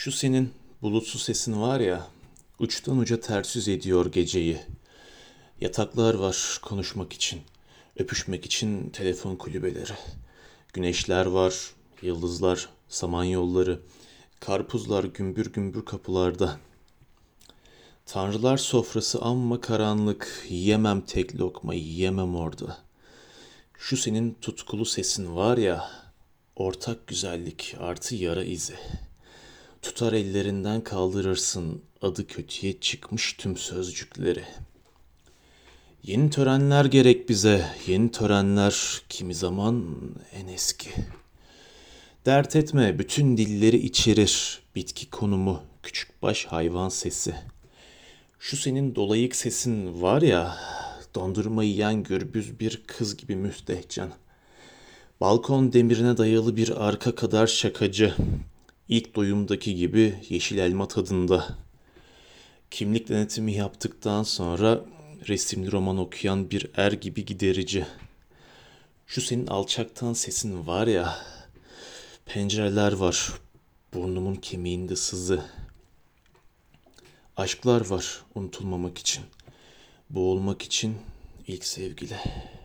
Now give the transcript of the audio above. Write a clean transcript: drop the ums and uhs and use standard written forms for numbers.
Şu senin bulutsuz sesin var ya, uçtan uca ters yüz ediyor geceyi. Yataklar var konuşmak için, öpüşmek için telefon kulübeleri. Güneşler var, yıldızlar, samanyolları, karpuzlar gümbür gümbür kapılarda. Tanrılar sofrası amma karanlık, yiyemem tek lokma, yiyemem orada. Şu senin tutkulu sesin var ya, ortak güzellik artı yara izi. Tutar ellerinden kaldırırsın adı kötüye çıkmış tüm sözcükleri. Yeni törenler gerek bize, yeni törenler kimi zaman en eski. Dert etme bütün dilleri içerir, bitki konumu, küçük baş hayvan sesi. Şu senin dolayık sesin var ya, dondurma yiyen gürbüz bir kız gibi müstehcen. Balkon demirine dayalı bir arka kadar şakacı. İlk doyumdaki gibi yeşil elma tadında. Kimlik denetimi yaptıktan sonra resimli roman okuyan bir er gibi giderici. Şu senin alçaktan sesin var ya, pencereler var, burnumun kemiğinde sızı. Aşklar var unutulmamak için, boğulmak için ilk sevgili.